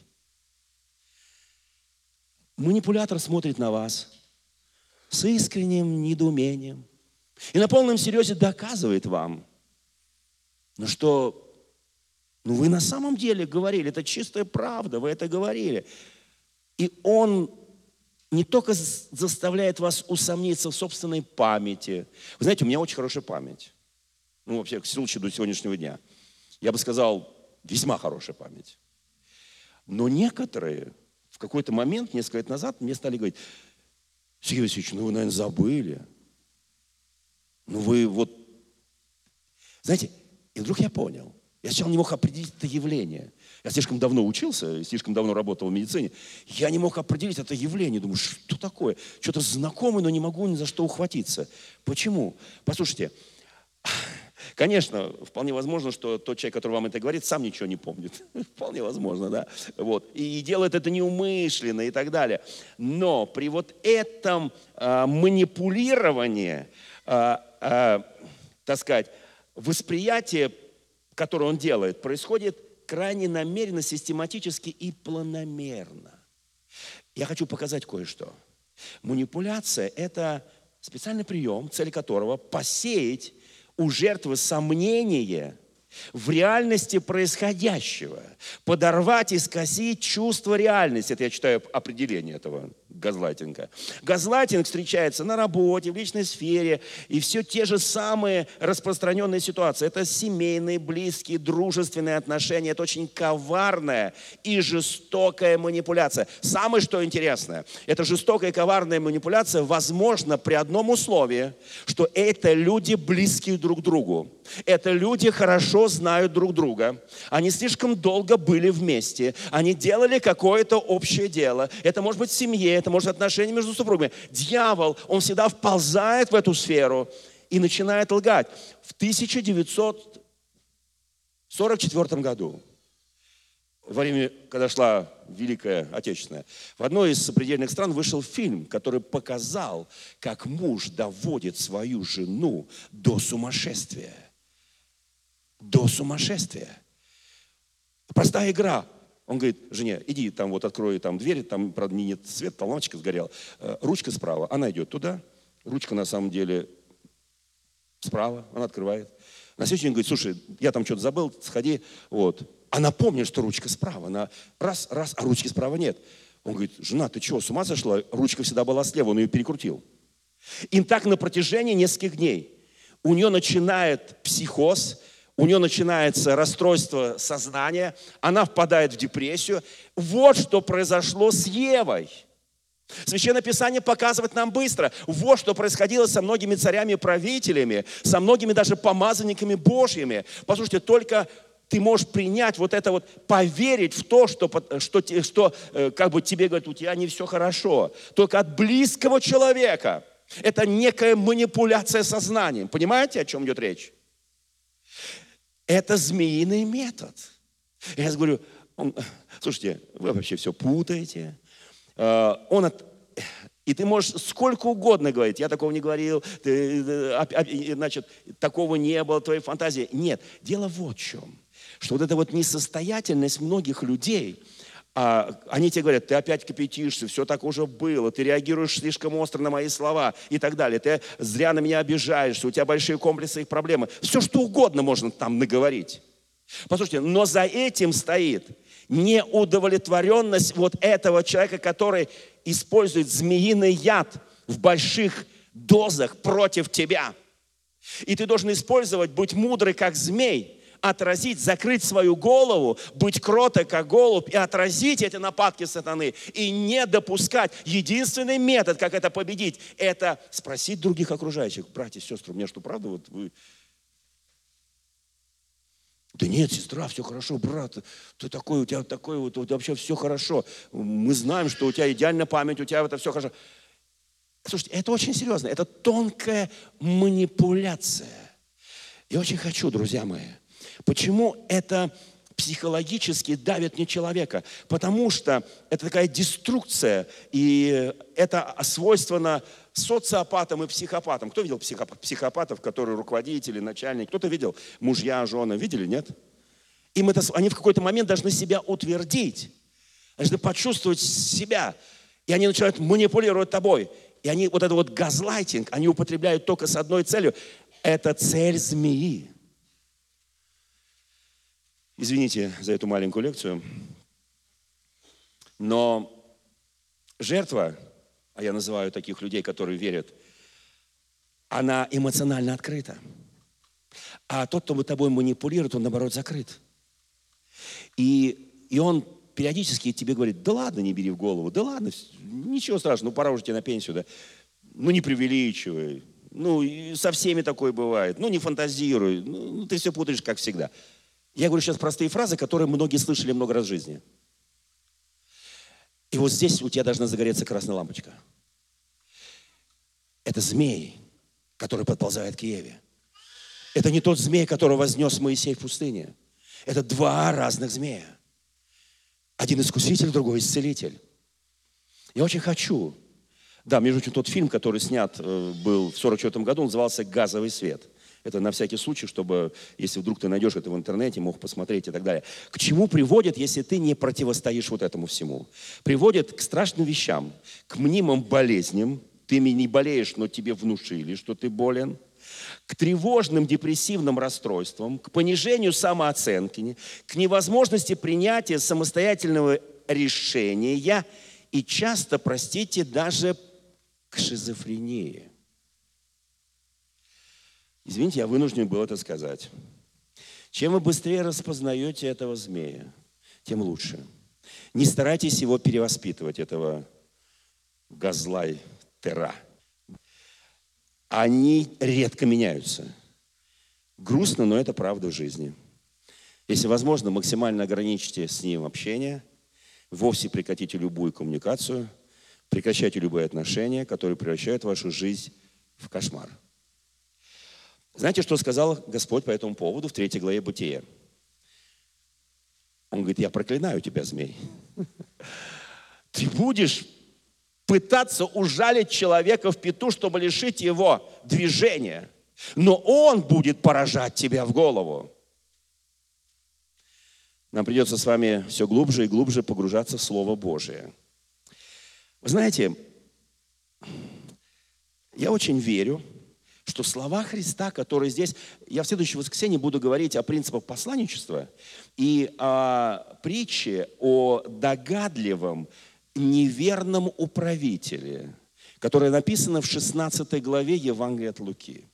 Манипулятор смотрит на вас с искренним недоумением и на полном серьезе доказывает вам, ну что, ну вы на самом деле говорили, это чистая правда, вы это говорили. И он не только заставляет вас усомниться в собственной памяти. Вы знаете, у меня очень хорошая память. Ну, вообще, в случае до сегодняшнего дня. Я бы сказал, весьма хорошая память. Но некоторые в какой-то момент, несколько лет назад, мне стали говорить: Сергей Васильевич, ну вы, наверное, забыли. Ну вы вот... Знаете, и вдруг я понял. Я сначала не мог определить это явление. Я слишком давно учился, слишком давно работал в медицине. Я не мог определить это явление. Думаю, что такое? Что-то знакомое, но не могу ни за что ухватиться. Почему? Послушайте, конечно, вполне возможно, что тот человек, который вам это говорит, сам ничего не помнит. Вполне возможно, да. Вот. И делает это неумышленно и так далее. Но при вот этом а, манипулировании, а, а, так сказать, восприятие, которое он делает, происходит крайне намеренно, систематически и планомерно. Я хочу показать кое-что. Манипуляция – это специальный прием, цель которого – посеять у жертвы сомнение в реальности происходящего, подорвать и скосить чувство реальности. Это я читаю определение этого газлайтинга. Газлайтинг встречается на работе, в личной сфере, и все те же самые распространенные ситуации. Это семейные, близкие, дружественные отношения. Это очень коварная и жестокая манипуляция. Самое, что интересное, эта жестокая и коварная манипуляция возможна при одном условии, что это люди близкие друг к другу. Это люди хорошо знают друг друга. Они слишком долго были вместе. Они делали какое-то общее дело. Это может быть в семье, это может быть отношения между супругами. Дьявол, он всегда вползает в эту сферу и начинает лгать. В тысяча девятьсот сорок четвёртом году, во время, когда шла Великая Отечественная, в одной из сопредельных стран вышел фильм, который показал, как муж доводит свою жену до сумасшествия. До сумасшествия. Простая игра. Он говорит жене: иди там вот открой там дверь, там, правда, нет света, там лампочка сгорела. Ручка справа. Она идет туда. Ручка на самом деле справа. Она открывает. На следующий день говорит: слушай, я там что-то забыл, сходи. Вот. Она помнит, что ручка справа. Она раз, раз, а ручки справа нет. Он говорит: жена, ты что, с ума сошла? Ручка всегда была слева, он ее перекрутил. И так на протяжении нескольких дней. У нее начинает психоз, у нее начинается расстройство сознания, она впадает в депрессию. Вот что произошло с Евой. Священное Писание показывает нам быстро. Вот что происходило со многими царями и правителями, со многими даже помазанниками Божьими. Послушайте, только ты можешь принять вот это вот, поверить в то, что, что, что как бы тебе говорят, у тебя не все хорошо. Только от близкого человека. Это некая манипуляция сознанием. Понимаете, о чем идет речь? Это змеиный метод. Я говорю, Он, слушайте, вы вообще все путаете. Он от, и ты можешь сколько угодно говорить, я такого не говорил, ты, значит, такого не было, твоей фантазии. Нет, дело вот в чем. Что вот эта вот несостоятельность многих людей, а, они тебе говорят, ты опять кипятишься, все так уже было, ты реагируешь слишком остро на мои слова и так далее, ты зря на меня обижаешься, у тебя большие комплексы и проблемы. Все что угодно можно там наговорить. Послушайте, но за этим стоит неудовлетворенность вот этого человека, который использует змеиный яд в больших дозах против тебя. И ты должен использовать, быть мудрый, как змей, отразить, закрыть свою голову, быть кроток, как голубь, и отразить эти нападки сатаны, и не допускать. Единственный метод, как это победить, это спросить других окружающих. Братья и сестры, у меня что, правда, вот вы... Да нет, сестра, все хорошо, брат, ты такой, у тебя такой, вот, вот вообще все хорошо. Мы знаем, что у тебя идеальная память, у тебя это все хорошо. Слушайте, это очень серьезно, это тонкая манипуляция. Я очень хочу, друзья мои, почему это психологически давит на человека? Потому что это такая деструкция, и это свойственно социопатам и психопатам. Кто видел психопатов, которые руководители, начальники? Кто-то видел мужья, жены? Видели, нет? Им это, они в какой-то момент должны себя утвердить, должны почувствовать себя. И они начинают манипулировать тобой. И они вот это вот газлайтинг, они употребляют только с одной целью. Это цель змеи. Извините за эту маленькую лекцию. Но жертва, а я называю таких людей, которые верят, она эмоционально открыта. А тот, кто тобой манипулирует, он, наоборот, закрыт. И, и он периодически тебе говорит, да ладно, не бери в голову, да ладно, ничего страшного, ну пора уже тебе на пенсию, да. Ну не преувеличивай, ну со всеми такое бывает, ну не фантазируй, ну ты все путаешь, как всегда. Я говорю сейчас простые фразы, которые многие слышали много раз в жизни. И вот здесь у тебя должна загореться красная лампочка. Это змей, который подползает к Еве. Это не тот змей, которого вознес Моисей в пустыне. Это два разных змея. Один искуситель, другой исцелитель. Я очень хочу. Да, между прочим, тот фильм, который снят был в сорок четвёртом году, он назывался «Газовый свет». Это на всякий случай, чтобы, если вдруг ты найдешь это в интернете, мог посмотреть и так далее. К чему приводит, если ты не противостоишь вот этому всему? Приводит к страшным вещам, к мнимым болезням. Ты не болеешь, но тебе внушили, что ты болен. К тревожным депрессивным расстройствам, к понижению самооценки, к невозможности принятия самостоятельного решения и часто, простите, даже к шизофрении. Извините, я вынужден был это сказать. Чем вы быстрее распознаете этого змея, тем лучше. Не старайтесь его перевоспитывать, этого газлайтера. Они редко меняются. Грустно, но это правда в жизни. Если возможно, максимально ограничьте с ним общение, вовсе прекратите любую коммуникацию, прекращайте любые отношения, которые превращают вашу жизнь в кошмар. Знаете, что сказал Господь по этому поводу в третьей главе Бытия? Он говорит, я проклинаю тебя, змей. Ты будешь пытаться ужалить человека в пяту, чтобы лишить его движения. Но он будет поражать тебя в голову. Нам придется с вами все глубже и глубже погружаться в Слово Божие. Вы знаете, я очень верю, что слова Христа, которые здесь... Я в следующее воскресенье буду говорить о принципах посланничества и о притче о догадливом, неверном управителе, которая написана в шестнадцатой главе Евангелия от Луки.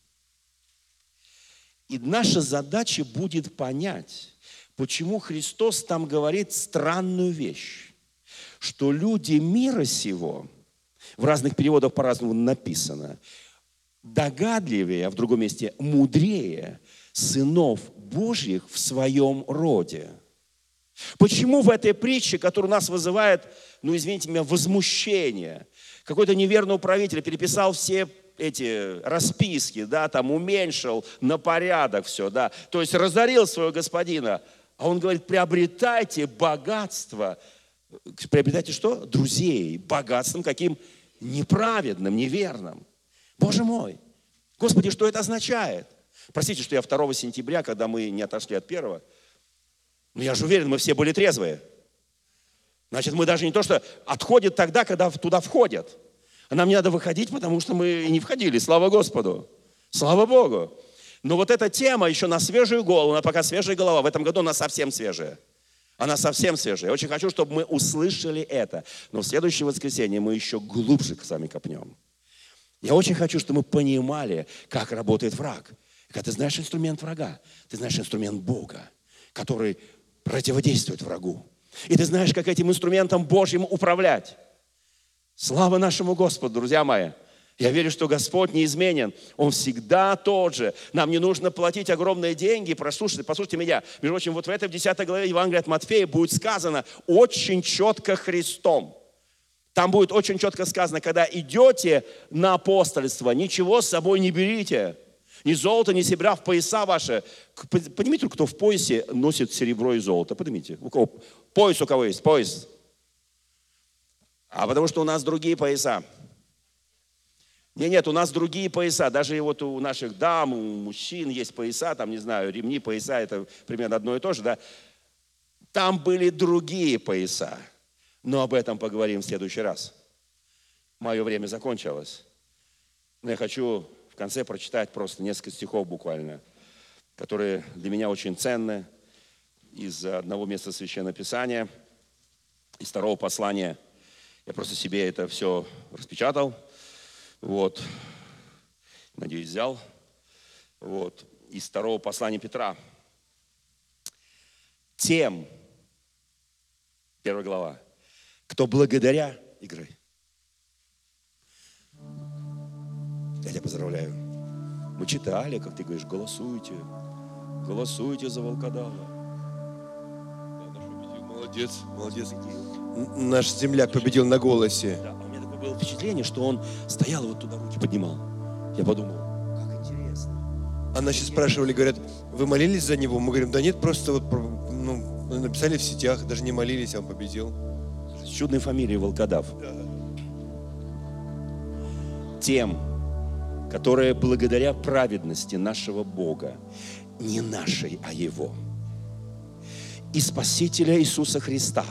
И наша задача будет понять, почему Христос там говорит странную вещь, что люди мира сего, в разных переводах по-разному написано, догадливее, а в другом месте мудрее сынов Божьих в своем роде. Почему в этой притче, которая у нас вызывает, ну, извините меня, возмущение, какой-то неверный управитель переписал все эти расписки, да, там уменьшил на порядок все, да, то есть разорил своего господина, А он говорит, приобретайте богатство. Приобретайте что? Друзей. Богатством каким? Неправедным, неверным. Боже мой! Господи, что это означает? Простите, что я второго сентября, когда мы не отошли от первого, но я же уверен, мы все были трезвые. Значит, мы даже не то, что отходят тогда, когда туда входят. А нам не надо выходить, потому что мы и не входили. Слава Господу! Слава Богу! Но вот эта тема еще на свежую голову, она пока свежая голова. В этом году она совсем свежая. Она совсем свежая. Я очень хочу, чтобы мы услышали это. Но в следующее воскресенье мы еще глубже с вами копнем. Я очень хочу, чтобы мы понимали, как работает враг. Когда ты знаешь инструмент врага, ты знаешь инструмент Бога, который противодействует врагу. И ты знаешь, как этим инструментом Божьим управлять. Слава нашему Господу, друзья мои. Я верю, что Господь неизменен. Он всегда тот же. Нам не нужно платить огромные деньги. Послушайте, послушайте меня. Между прочим, вот в этой в десятой главе Евангелия от Матфея будет сказано очень четко Христом. Там будет очень четко сказано, когда идете на апостольство, ничего с собой не берите. Ни золото, ни серебра в пояса ваши. Поднимите, кто в поясе носит серебро и золото. Поднимите. У кого? Пояс у кого есть? Пояс. А потому что у нас другие пояса. Нет, нет, у нас другие пояса. Даже вот у наших дам, у мужчин есть пояса, там, не знаю, ремни, пояса, это примерно одно и то же, да. Там были другие пояса. Но об этом поговорим в следующий раз. Мое время закончилось. Но я хочу в конце прочитать просто несколько стихов буквально, которые для меня очень ценны, из одного места Священного Писания, из второго послания. Я просто себе это все распечатал. Вот. Надеюсь, взял. Вот. Из второго послания Петра. Тем, первая глава, кто благодаря, играй. Я тебя поздравляю. Мы читали, как ты говоришь, голосуйте. Голосуйте за волкодава. Молодец, молодец. Наш земляк победил на голосе. Да, у меня такое было впечатление, что он стоял и вот туда руки поднимал. Я подумал, как интересно. А наши спрашивали, говорят, вы молились за него? Мы говорим, да нет, просто вот ну, написали в сетях, даже не молились, а он победил. С чудной фамилией Волкодав. Да. Тем, которые благодаря праведности нашего Бога, не нашей, а Его, и Спасителя Иисуса Христа,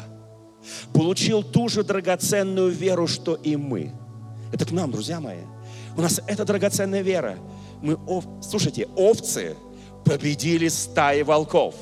получил ту же драгоценную веру, что и мы. Это к нам, друзья мои. У нас это драгоценная вера. Мы, ов... Слушайте, овцы победили стаи волков.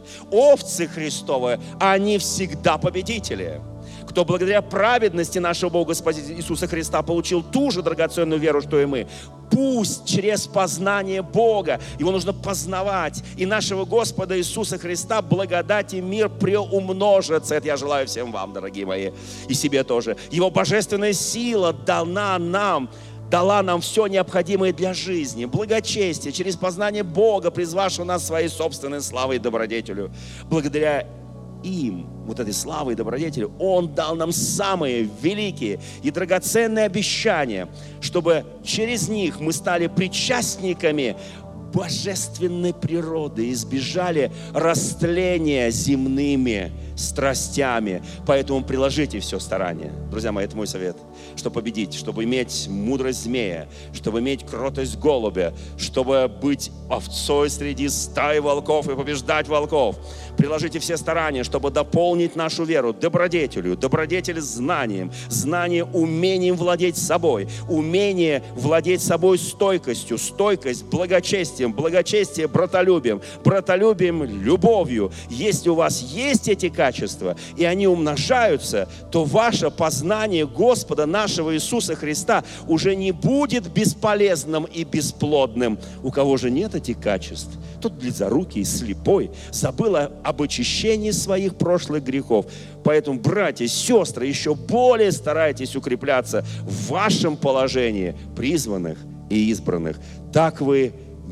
Овцы Христовы, они всегда победители. Кто благодаря праведности нашего Бога, Спасителя Иисуса Христа, получил ту же драгоценную веру, что и мы. Пусть через познание Бога, его нужно познавать, и нашего Господа Иисуса Христа благодать и мир преумножатся. Это я желаю всем вам, дорогие мои, и себе тоже. Его божественная сила дана нам, дала нам все необходимое для жизни, благочестие, через познание Бога, призвавшего нас своей собственной славой и добродетелью. Благодаря им, вот этой славой и добродетелью, Он дал нам самые великие и драгоценные обещания, чтобы через них мы стали причастниками божественной природы, избежали растления земными страстями. Поэтому приложите все старание. Друзья мои, это мой совет. Чтобы победить, чтобы иметь мудрость змея, чтобы иметь кротость голубя, чтобы быть овцой среди стаи волков и побеждать волков. Приложите все старания, чтобы дополнить нашу веру добродетелью, добродетель знанием, знание умением владеть собой, умение владеть собой стойкостью, стойкость благочестием, благочестие братолюбием, братолюбием любовью. Если у вас есть эти качества, и они умножаются, то ваше познание Господа нашего Иисуса Христа уже не будет бесполезным и бесплодным. У кого же нет этих качеств, тот близорукий, слепой, забыл об очищении своих прошлых грехов. Поэтому, братья, сестры, еще более старайтесь укрепляться в вашем положении призванных и избранных. Так вы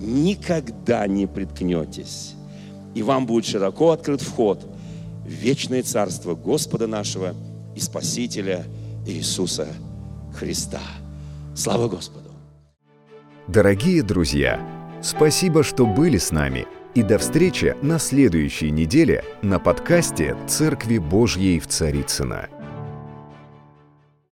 никогда не приткнетесь. И вам будет широко открыт вход в вечное царство Господа нашего и Спасителя Иисуса Христа. Слава Господу! Дорогие друзья, спасибо, что были с нами. И до встречи на следующей неделе на подкасте «Церкви Божьей в Царицыно».